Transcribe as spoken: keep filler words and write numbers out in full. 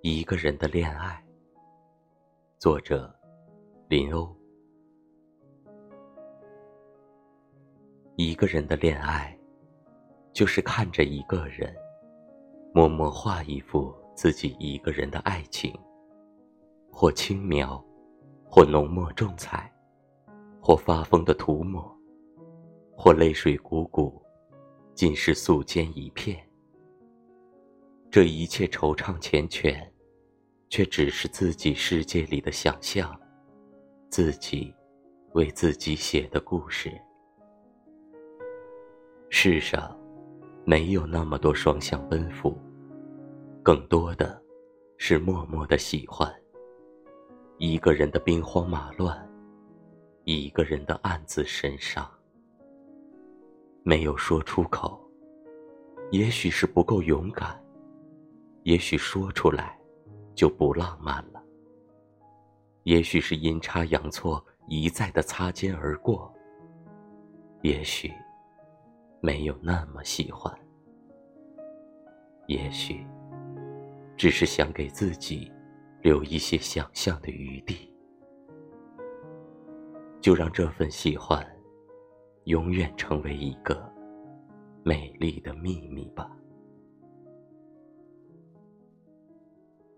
一个人的恋爱，作者林欧。一个人的恋爱，就是看着一个人，默默画一幅自己一个人的爱情，或轻描，或浓墨重彩，或发疯的涂抹，或泪水汩汩，尽是素笺一片。这一切惆怅缱绻，却只是自己世界里的想象，自己为自己写的故事。世上没有那么多双向奔赴，更多的是默默的喜欢。一个人的兵荒马乱，一个人的暗自神伤。没有说出口，也许是不够勇敢，也许说出来就不浪漫了，也许是阴差阳错一再的擦肩而过，也许没有那么喜欢，也许只是想给自己留一些想象的余地。就让这份喜欢永远成为一个美丽的秘密吧。